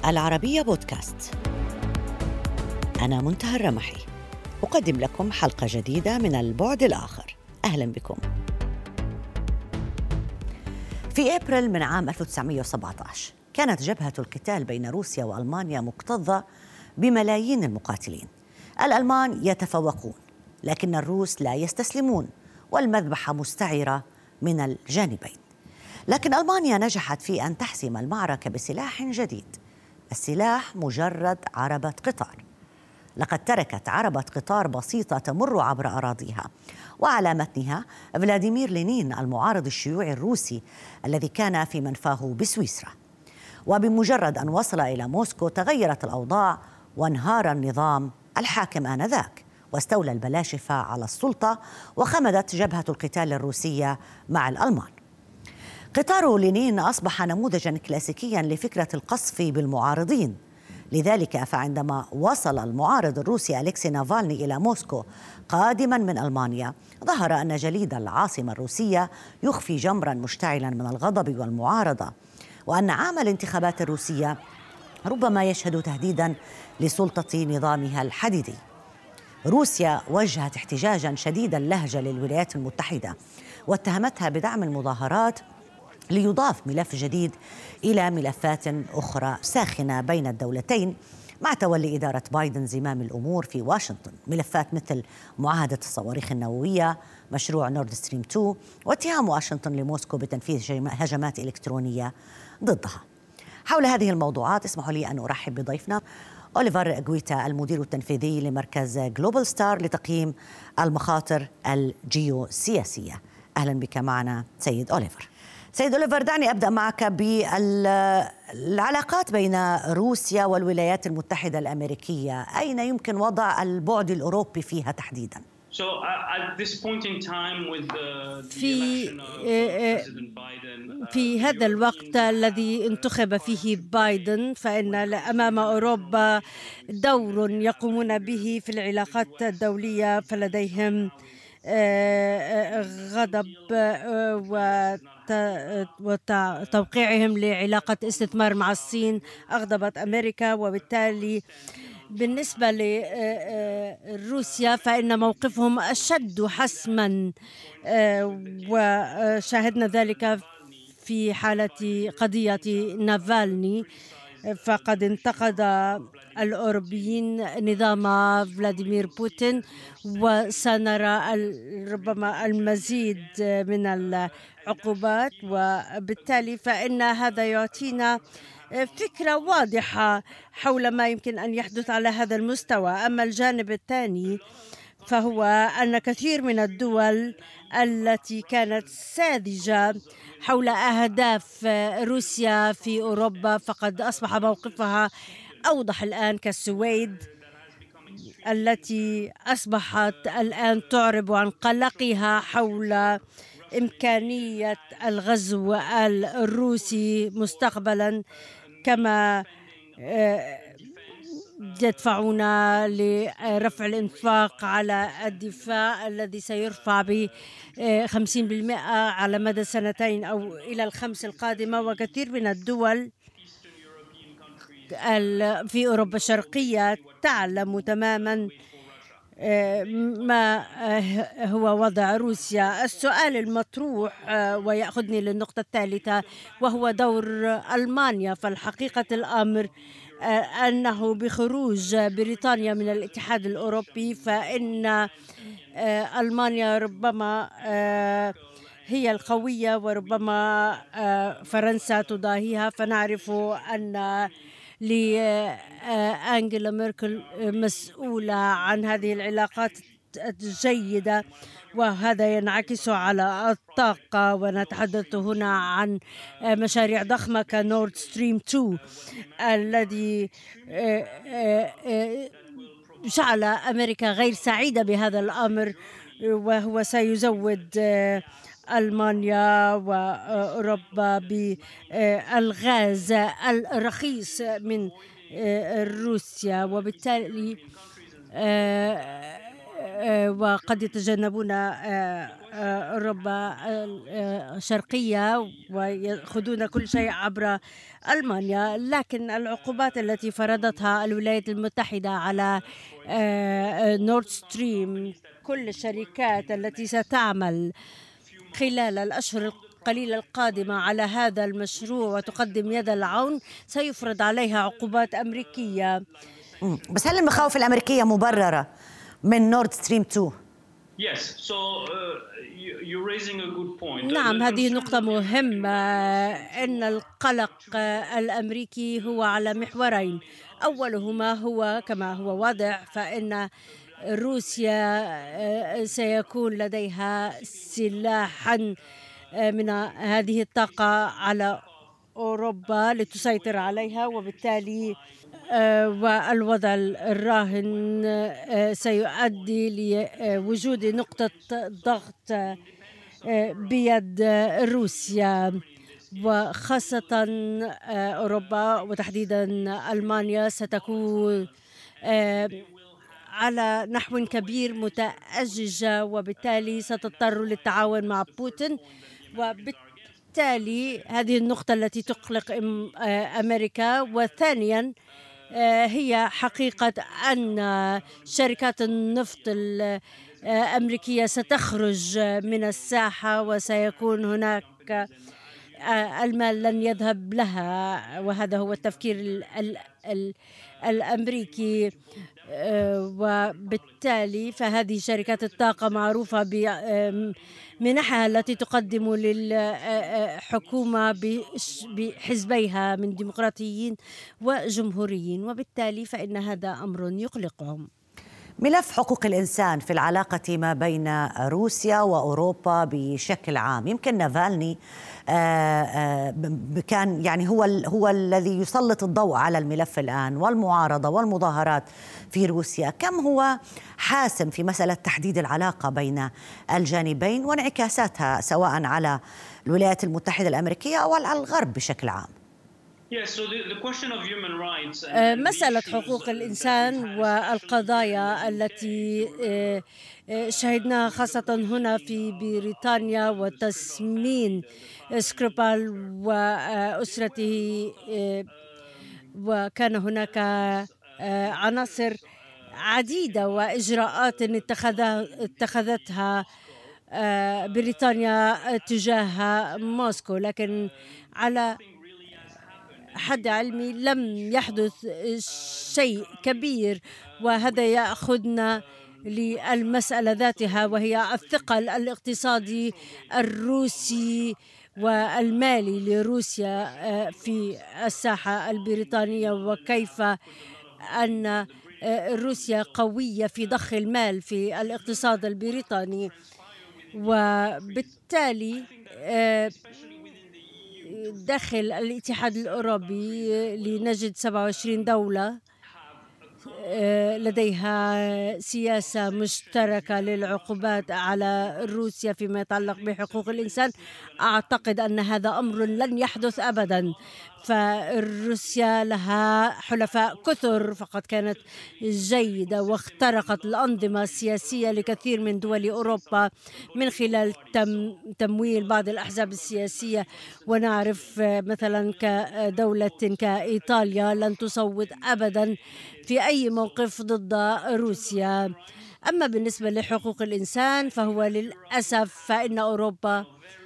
العربية بودكاست. أنا منتهى الرمحي، أقدم لكم حلقة جديدة من البعد الآخر. أهلا بكم. في أبريل من عام 1917 كانت جبهة القتال بين روسيا وألمانيا مكتظة بملايين المقاتلين. الألمان يتفوقون، لكن الروس لا يستسلمون، والمذبحة مستعرة من الجانبين. لكن ألمانيا نجحت في أن تحسم المعركة بسلاح جديد. السلاح مجرد عربة قطار. لقد تركت عربة قطار بسيطة تمر عبر أراضيها، وعلى متنها فلاديمير لينين المعارض الشيوعي الروسي الذي كان في منفاه بسويسرا. وبمجرد أن وصل إلى موسكو تغيرت الأوضاع وانهار النظام الحاكم آنذاك، واستولى البلاشفة على السلطة، وخمدت جبهة القتال الروسية مع الألمان. قطار لينين أصبح نموذجاً كلاسيكياً لفكرة القصف بالمعارضين. لذلك فعندما وصل المعارض الروسي أليكسي نافالني إلى موسكو قادماً من ألمانيا، ظهر أن جليد العاصمة الروسية يخفي جمراً مشتعلاً من الغضب والمعارضة، وأن عام الانتخابات الروسية ربما يشهد تهديداً لسلطة نظامها الحديدي. روسيا وجهت احتجاجاً شديد اللهجة للولايات المتحدة، واتهمتها بدعم المظاهرات ليضاف ملف جديد إلى ملفات أخرى ساخنة بين الدولتين مع تولي إدارة بايدن زمام الأمور في واشنطن، ملفات مثل معاهدة الصواريخ النووية، مشروع نورد ستريم 2، واتهام واشنطن لموسكو بتنفيذ هجمات إلكترونية ضدها. حول هذه الموضوعات اسمحوا لي أن أرحب بضيفنا أوليفر غويتا، المدير التنفيذي لمركز جلوبال ستار لتقييم المخاطر الجيوسياسية. أهلا بك معنا سيد أوليفر. سيد أوليفر، دعني أبدأ معك بالعلاقات بين روسيا والولايات المتحدة الأمريكية. أين يمكن وضع البعد الأوروبي فيها تحديداً؟ في هذا الوقت الذي انتخب فيه بايدن، فإن أمام أوروبا دور يقومون به في العلاقات الدولية، فلديهم غضب وتوقيعهم لعلاقة استثمار مع الصين أغضبت أمريكا، وبالتالي بالنسبة لروسيا فإن موقفهم أشد حسما، وشاهدنا ذلك في حالة قضية نافالني. فقد انتقد الأوروبيين نظام فلاديمير بوتين، وسنرى ربما المزيد من العقوبات، وبالتالي فإن هذا يعطينا فكرة واضحة حول ما يمكن أن يحدث على هذا المستوى. أما الجانب الثاني فهو أن كثير من الدول التي كانت ساذجة حول أهداف روسيا في أوروبا فقد أصبح موقفها أوضح الآن، كالسويد التي أصبحت الآن تعرب عن قلقها حول إمكانية الغزو الروسي مستقبلا، كما يدفعون لرفع الإنفاق على الدفاع الذي سيرفع ب50% على مدى سنتين أو إلى الخمس القادمة. وكثير من الدول في أوروبا الشرقية تعلم تماما ما هو وضع روسيا. السؤال المطروح ويأخذني للنقطة الثالثة، وهو دور ألمانيا. فالحقيقة الأمر أنه بخروج بريطانيا من الاتحاد الأوروبي فإن ألمانيا ربما هي القوية، وربما فرنسا تضاهيها. فنعرف أن لأنجيلا ميركل مسؤولة عن هذه العلاقات الجيدة، وهذا ينعكس على الطاقة. ونتحدث هنا عن مشاريع ضخمة كنورد ستريم 2 الذي جعل أمريكا غير سعيدة بهذا الأمر، وهو سيزود ألمانيا وأوروبا بالغاز الرخيص من روسيا. وبالتالي وقد يتجنبون أوروبا الشرقية ويأخذون كل شيء عبر ألمانيا. لكن العقوبات التي فرضتها الولايات المتحدة على نورد ستريم، كل الشركات التي ستعمل خلال الأشهر القليلة القادمة على هذا المشروع وتقدم يد العون سيفرض عليها عقوبات أمريكية. بس هل المخاوف الأمريكية مبررة من نورد ستريم 2؟ نعم، هذه نقطة مهمة. إن القلق الأمريكي هو على محورين. أولهما هو كما هو واضح، فإن روسيا سيكون لديها سلاحا من هذه الطاقة على أوروبا لتسيطر عليها، وبالتالي والوضع الراهن سيؤدي لوجود نقطة ضغط بيد روسيا، وخاصة أوروبا وتحديدا ألمانيا ستكون على نحو كبير متأججة، وبالتالي ستضطر للتعاون مع بوتين. وبالتالي هذه النقطة التي تقلق أمريكا. وثانيا هي حقيقة أن شركات النفط الأمريكية ستخرج من الساحة وسيكون هناك المال لن يذهب لها، وهذا هو التفكير الأمريكي. وبالتالي فهذه شركات الطاقة معروفة بمنحها التي تقدم للحكومة بحزبيها من ديمقراطيين وجمهوريين، وبالتالي فإن هذا أمر يقلقهم. ملف حقوق الإنسان في العلاقة ما بين روسيا وأوروبا بشكل عام، يمكن نافالني كان يعني هو الذي يسلط الضوء على الملف الآن، والمعارضة والمظاهرات في روسيا. كم هو حاسم في مسألة تحديد العلاقة بين الجانبين وانعكاساتها سواء على الولايات المتحدة الأمريكية أو على الغرب بشكل عام؟ مسألة حقوق الإنسان والقضايا التي شهدناها خاصة هنا في بريطانيا وتسمين سكريبال وأسرته، وكان هناك عناصر عديدة وإجراءات اتخذتها بريطانيا تجاه موسكو، لكن على حد علمي لم يحدث شيء كبير. وهذا يأخذنا للمسألة ذاتها، وهي الثقل الاقتصادي الروسي والمالي لروسيا في الساحة البريطانية، وكيف أن روسيا قوية في ضخ المال في الاقتصاد البريطاني. وبالتالي داخل الاتحاد الأوروبي لنجد 27 دولة لديها سياسة مشتركة للعقوبات على روسيا فيما يتعلق بحقوق الإنسان. أعتقد أن هذا أمر لن يحدث أبدا، فروسيا لها حلفاء كثر، فقد كانت جيدة واخترقت الأنظمة السياسية لكثير من دول أوروبا من خلال تمويل بعض الأحزاب السياسية. ونعرف مثلا كدولة كإيطاليا لن تصوت أبدا في أي موقف ضد روسيا. أما بالنسبة لحقوق الإنسان فهو للأسف فإن أوروبا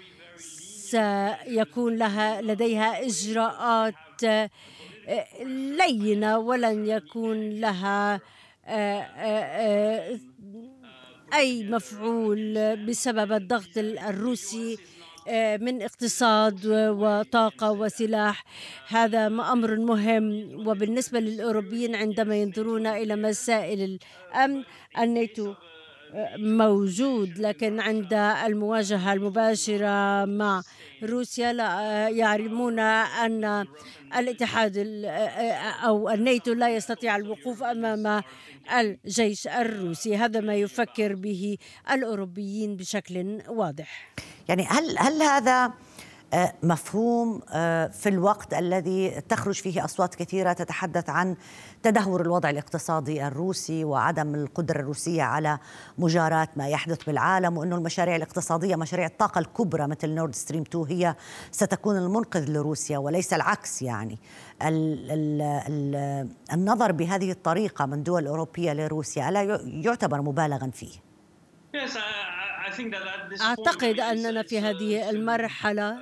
سيكون لديها إجراءات لينة، ولن يكون لها أي مفعول بسبب الضغط الروسي من اقتصاد وطاقة وسلاح. هذا أمر مهم. وبالنسبة للأوروبيين عندما ينظرون إلى مسائل الأمن، الناتو موجود، لكن عند المواجهة المباشرة مع روسيا لا يعلمون أن الاتحاد أو الناتو لا يستطيع الوقوف أمام الجيش الروسي. هذا ما يفكر به الأوروبيين بشكل واضح. يعني هل هذا مفهوم في الوقت الذي تخرج فيه أصوات كثيرة تتحدث عن تدهور الوضع الاقتصادي الروسي وعدم القدرة الروسية على مجاراة ما يحدث بالعالم، وأنه المشاريع الاقتصادية مشاريع الطاقة الكبرى مثل نورد ستريم 2 هي ستكون المنقذ لروسيا وليس العكس. يعني النظر بهذه الطريقة من دول أوروبية لروسيا ألا يعتبر مبالغا فيه؟ أعتقد أننا في هذه المرحلة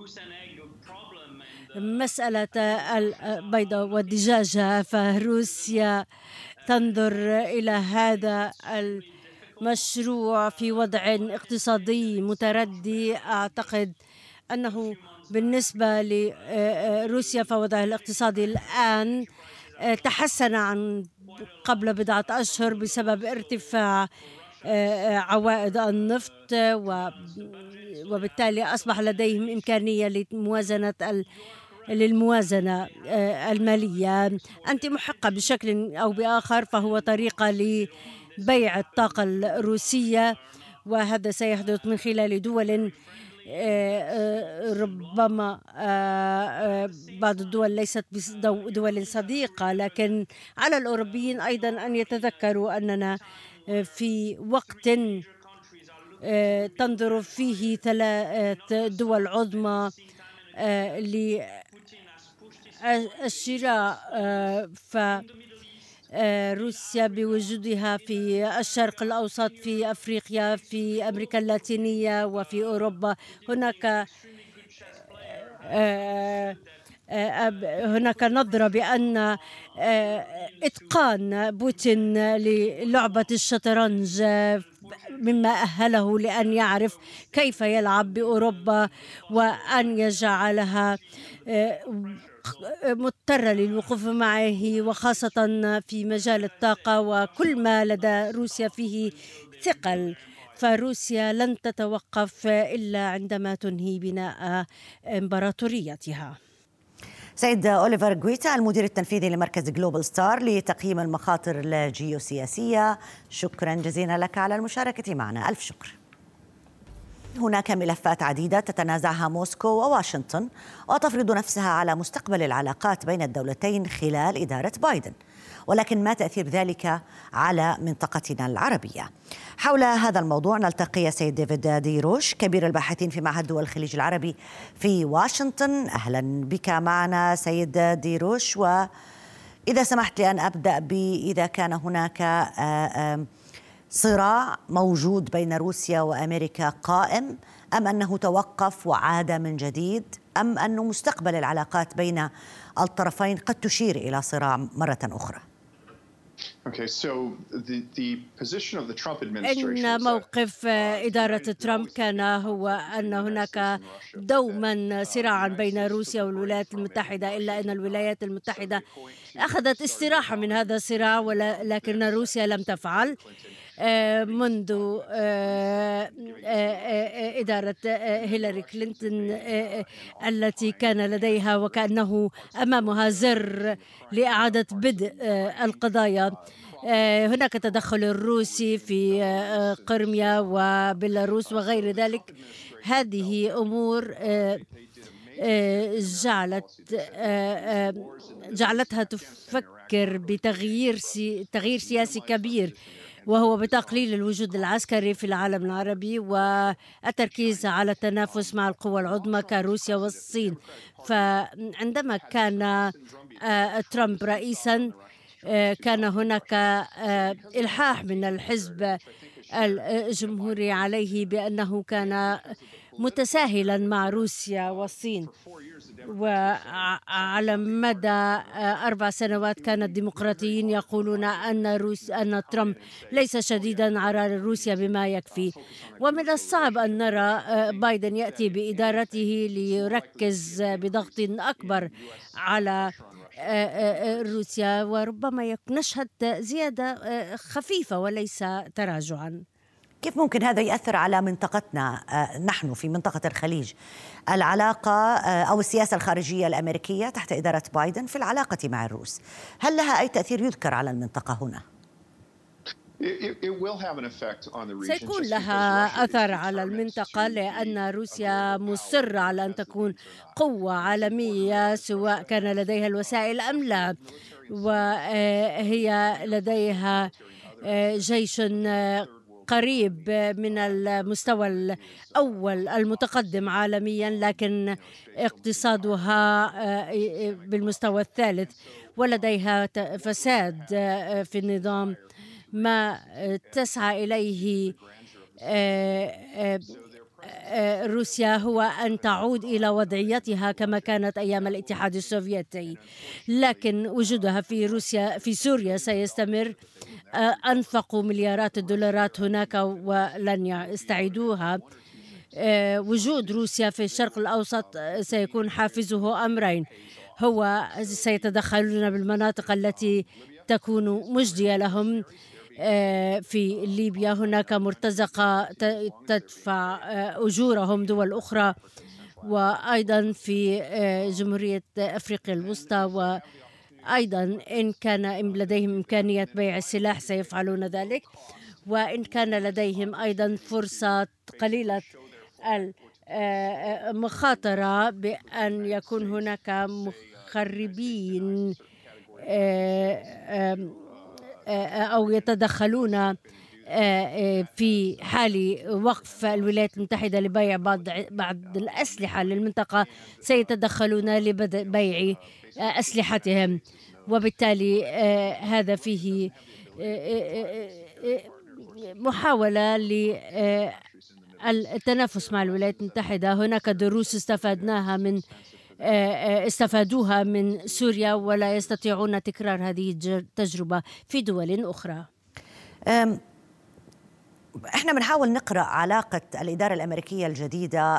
مسألة البيضة والدجاجة، فروسيا تنظر إلى هذا المشروع في وضع اقتصادي متردي. أعتقد أنه بالنسبة لروسيا فوضعها الاقتصادي الآن تحسن عن قبل بضعة أشهر بسبب ارتفاع عوائد النفط، وبالتالي أصبح لديهم إمكانية للموازنة المالية. أنت محقة بشكل أو بآخر، فهو طريقة لبيع الطاقة الروسية، وهذا سيحدث من خلال دول ربما بعض الدول ليست دول صديقة، لكن على الأوروبيين أيضا أن يتذكروا أننا في وقت تنظر فيه 3 دول عظمى للشراء، فروسيا بوجودها في الشرق الأوسط، في أفريقيا، في أمريكا اللاتينية وفي أوروبا. هناك نظرة بأن إتقان بوتين للعبة الشطرنج مما أهله لأن يعرف كيف يلعب بأوروبا وأن يجعلها مضطرة للوقوف معه، وخاصة في مجال الطاقة وكل ما لدى روسيا فيه ثقل. فروسيا لن تتوقف إلا عندما تنهي بناء إمبراطوريتها. سيد أوليفر غويتا، المدير التنفيذي لمركز جلوبال ستار لتقييم المخاطر الجيوسياسية، شكرا جزيلا لك على المشاركة معنا. ألف شكر. هناك ملفات عديدة تتنازعها موسكو وواشنطن وتفرض نفسها على مستقبل العلاقات بين الدولتين خلال إدارة بايدن، ولكن ما تأثير ذلك على منطقتنا العربية؟ حول هذا الموضوع نلتقي سيد ديفيد ديروش، كبير الباحثين في معهد دول الخليج العربي في واشنطن. أهلا بك معنا سيد ديروش. وإذا سمحت لي أن أبدأ إذا كان هناك صراع موجود بين روسيا وأمريكا قائم، أم أنه توقف وعاد من جديد، أم أنه مستقبل العلاقات بين الطرفين قد تشير إلى صراع مرة أخرى؟ إن موقف إدارة ترامب كان هو أن هناك دوما صراعا بين روسيا والولايات المتحدة، إلا أن الولايات المتحدة أخذت استراحة من هذا الصراع، ولكن روسيا لم تفعل منذ إدارة هيلاري كلينتون التي كان لديها وكأنه أمامها زر لإعادة بدء القضايا. هناك تدخل الروسي في قرميا وبيلاروس وغير ذلك. هذه أمور جعلتها تفكر بتغيير سياسي كبير، وهو بتقليل الوجود العسكري في العالم العربي والتركيز على التنافس مع القوى العظمى كروسيا والصين. فعندما كان ترامب رئيسا كان هناك إلحاح من الحزب الجمهوري عليه بأنه كان متساهلا مع روسيا والصين، وعلى مدى 4 سنوات كان الديمقراطيين يقولون أن ترامب ليس شديدا على روسيا بما يكفي. ومن الصعب أن نرى بايدن يأتي بإدارته ليركز بضغط أكبر على روسيا، وربما نشهد زيادة خفيفة وليس تراجعا. كيف ممكن هذا يأثر على منطقتنا نحن في منطقة الخليج؟ العلاقة أو السياسة الخارجية الأمريكية تحت إدارة بايدن في العلاقة مع الروس، هل لها أي تأثير يذكر على المنطقة هنا؟ سيكون لها أثر على المنطقة، لأن روسيا مصرة على أن تكون قوة عالمية سواء كان لديها الوسائل أم لا، وهي لديها جيش قريب من المستوى الأول المتقدم عالميا، لكن اقتصادها بالمستوى الثالث، ولديها فساد في النظام. ما تسعى إليه روسيا هو أن تعود إلى وضعيتها كما كانت أيام الاتحاد السوفيتي، لكن وجودها في سوريا سيستمر. أنفقوا مليارات الدولارات هناك ولن يستعيدوها. وجود روسيا في الشرق الأوسط سيكون حافزه أمرين: هو سيتدخلون بالمناطق التي تكون مجدية لهم. في ليبيا هناك مرتزقة تدفع أجورهم دول أخرى، وأيضا في جمهورية أفريقيا الوسطى، وأيضا إن كان لديهم إمكانية بيع السلاح سيفعلون ذلك، وإن كان لديهم أيضا فرصة قليلة المخاطرة بأن يكون هناك مخربين أو يتدخلون في حال وقف الولايات المتحدة لبيع بعض الأسلحة للمنطقة، سيتدخلون لبيع أسلحتهم، وبالتالي هذا فيه محاولة للتنافس مع الولايات المتحدة. هناك دروس استفادوها من سوريا، ولا يستطيعون تكرار هذه التجربة في دول أخرى. احنا بنحاول نقرأ علاقة الإدارة الأمريكية الجديدة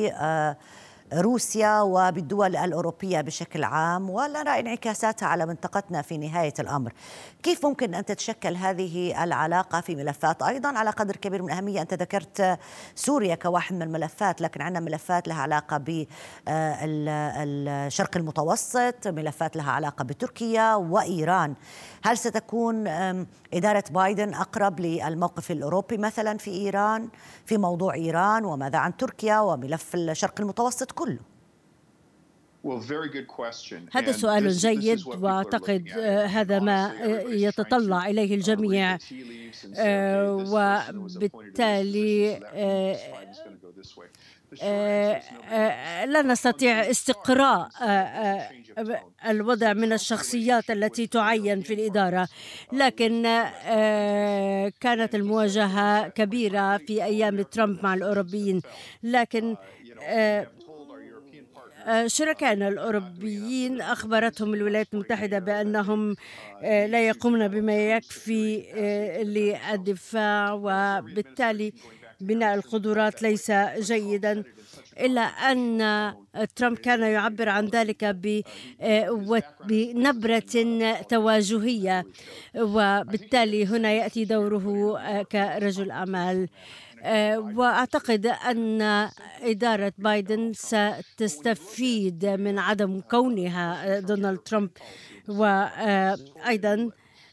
بروسيا وبالدول الأوروبية بشكل عام، ولا نرى انعكاساتها على منطقتنا في نهاية الأمر. كيف ممكن أن تتشكل هذه العلاقة في ملفات أيضا على قدر كبير من الأهمية؟ أنت ذكرت سوريا كواحد من الملفات، لكن عندنا ملفات لها علاقة بالشرق المتوسط، ملفات لها علاقة بتركيا وإيران. هل ستكون إدارة بايدن أقرب للموقف الأوروبي مثلا في إيران، في موضوع إيران، وماذا عن تركيا وملف الشرق المتوسط كله؟ هذا سؤال جيد، وأعتقد هذا ما يتطلع إليه الجميع، وبالتالي لا نستطيع استقراء الوضع من الشخصيات التي تعين في الإدارة، لكن كانت المواجهة كبيرة في أيام ترامب مع الأوروبيين، لكن شركائنا الأوروبيين أخبرتهم الولايات المتحدة بأنهم لا يقومون بما يكفي للدفاع، وبالتالي بناء القدرات ليس جيدا، إلا أن ترامب كان يعبر عن ذلك بنبرة تواجهية، وبالتالي هنا يأتي دوره كرجل أعمال. وأعتقد أن إدارة بايدن ستستفيد من عدم كونها دونالد ترامب، وأيضا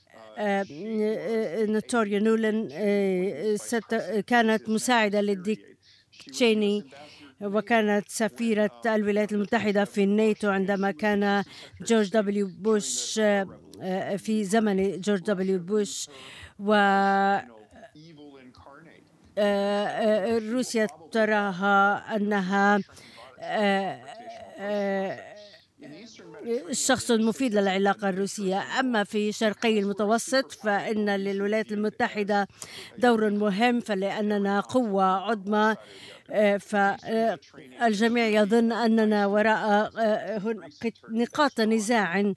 ناتوريا نولان كانت مساعدة لديك تشيني، وكانت سفيرة الولايات المتحدة في الناتو عندما كان جورج دبليو بوش، في زمن جورج دبليو بوش. و روسيا تراها أنها الشخص المفيد للعلاقة الروسية. أما في شرقي المتوسط فإن للولايات المتحدة دور مهم، فلأننا قوة عظمى، فالجميع يظن أننا وراء نقاط نزاع،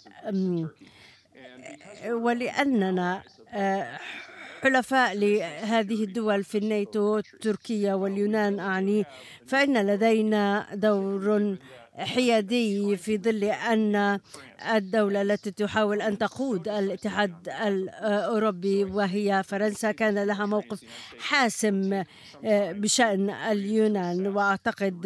ولأننا حلفاء لهذه الدول في الناتو، تركيا واليونان أعني، فإن لدينا دور حيادي في ظل أن الدولة التي تحاول أن تقود الاتحاد الأوروبي وهي فرنسا كان لها موقف حاسم بشأن اليونان. وأعتقد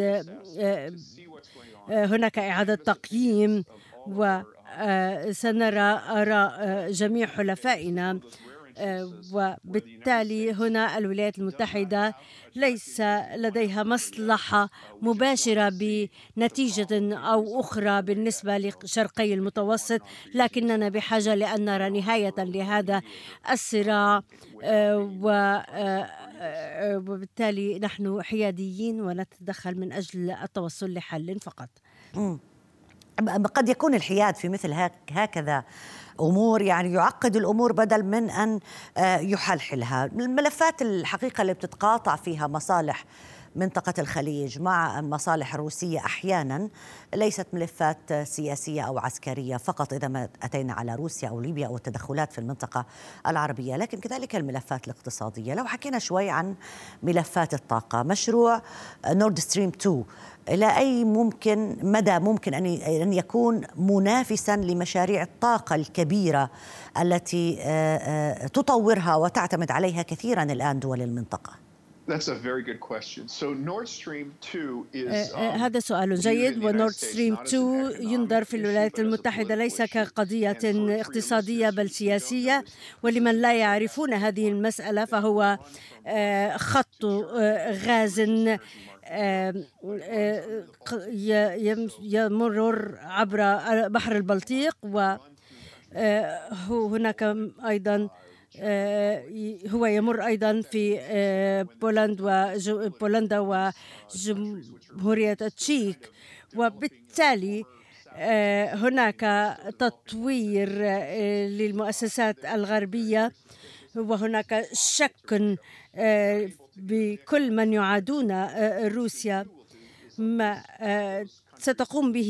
هناك إعادة تقييم، وسنرى آراء جميع حلفائنا، وبالتالي هنا الولايات المتحدة ليس لديها مصلحة مباشرة بنتيجة أو أخرى بالنسبة لشرقي المتوسط، لكننا بحاجة لأن نرى نهاية لهذا الصراع، وبالتالي نحن حياديين ونتدخل من أجل التوصل لحل فقط. قد يكون الحياد في مثل هكذا أمور يعني يعقد الأمور بدل من أن يحلحلها. الملفات الحقيقة اللي بتتقاطع فيها مصالح منطقة الخليج مع المصالح الروسية أحيانا ليست ملفات سياسية أو عسكرية فقط إذا ما أتينا على روسيا أو ليبيا أو التدخلات في المنطقة العربية، لكن كذلك الملفات الاقتصادية. لو حكينا شوي عن ملفات الطاقة، مشروع نورد ستريم 2 إلى أي مدى ممكن أن يكون منافسا لمشاريع الطاقة الكبيرة التي تطورها وتعتمد عليها كثيرا الآن دول المنطقة؟ هذا سؤال جيد. ونورد ستريم 2 ينظر في الولايات المتحدة ليس كقضية اقتصادية بل سياسية، ولمن لا يعرفون هذه المسألة فهو خط غاز يمر عبر بحر البلطيق، وهناك أيضا هو يمر أيضا في بولندا وجمهورية التشيك، وبالتالي هناك تطوير للمؤسسات الغربية، وهناك شك بكل من يعادون روسيا. ما ستقوم به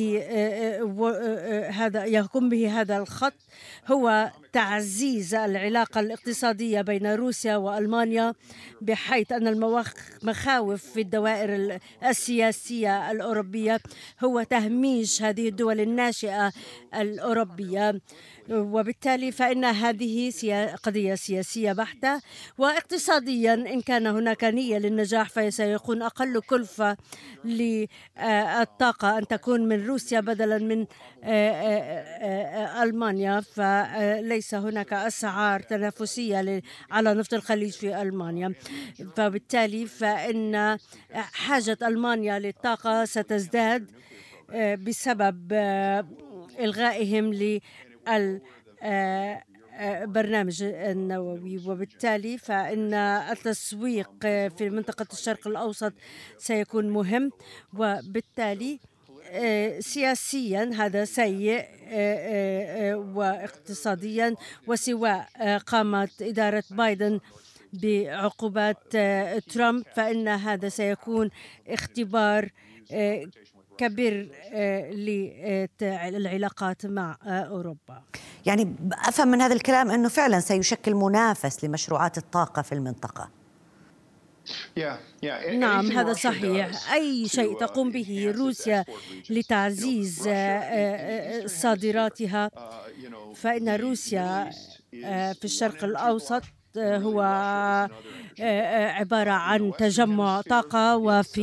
يقوم به هذا الخط هو تعزيز العلاقة الاقتصادية بين روسيا وألمانيا، بحيث أن المخاوف في الدوائر السياسية الأوروبية هو تهميش هذه الدول الناشئة الأوروبية، وبالتالي فإن هذه قضية سياسية بحتة. واقتصاديا إن كان هناك نية للنجاح فسيكون أقل كلفة للطاقة أن تكون من روسيا بدلا من ألمانيا، فليس هناك أسعار تنافسية على نفط الخليج في ألمانيا، فبالتالي فإن حاجة ألمانيا للطاقة ستزداد بسبب إلغائهم للبرنامج النووي، وبالتالي فإن التسويق في منطقة الشرق الأوسط سيكون مهم، وبالتالي سياسيا هذا سيء واقتصاديا. وسواء قامت إدارة بايدن بعقوبات ترامب فإن هذا سيكون اختبار كبير للعلاقات مع أوروبا. يعني أفهم من هذا الكلام أنه فعلا سيشكل منافس لمشروعات الطاقة في المنطقة. نعم هذا صحيح. أي شيء تقوم به روسيا لتعزيز صادراتها، فإن روسيا في الشرق الأوسط هو عبارة عن تجمع طاقة،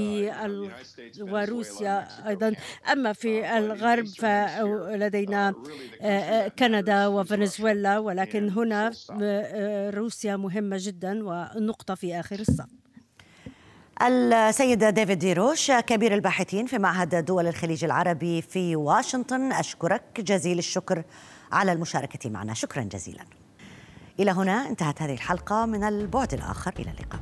وروسيا أيضا. أما في الغرب فلدينا كندا وفنزويلا، ولكن هنا روسيا مهمة جدا ونقطة في آخر الصف. السيدة ديفيد ديروش كبير الباحثين في معهد دول الخليج العربي في واشنطن، أشكرك جزيل الشكر على المشاركة معنا. شكرا جزيلا. إلى هنا انتهت هذه الحلقة من البعد الآخر، إلى اللقاء.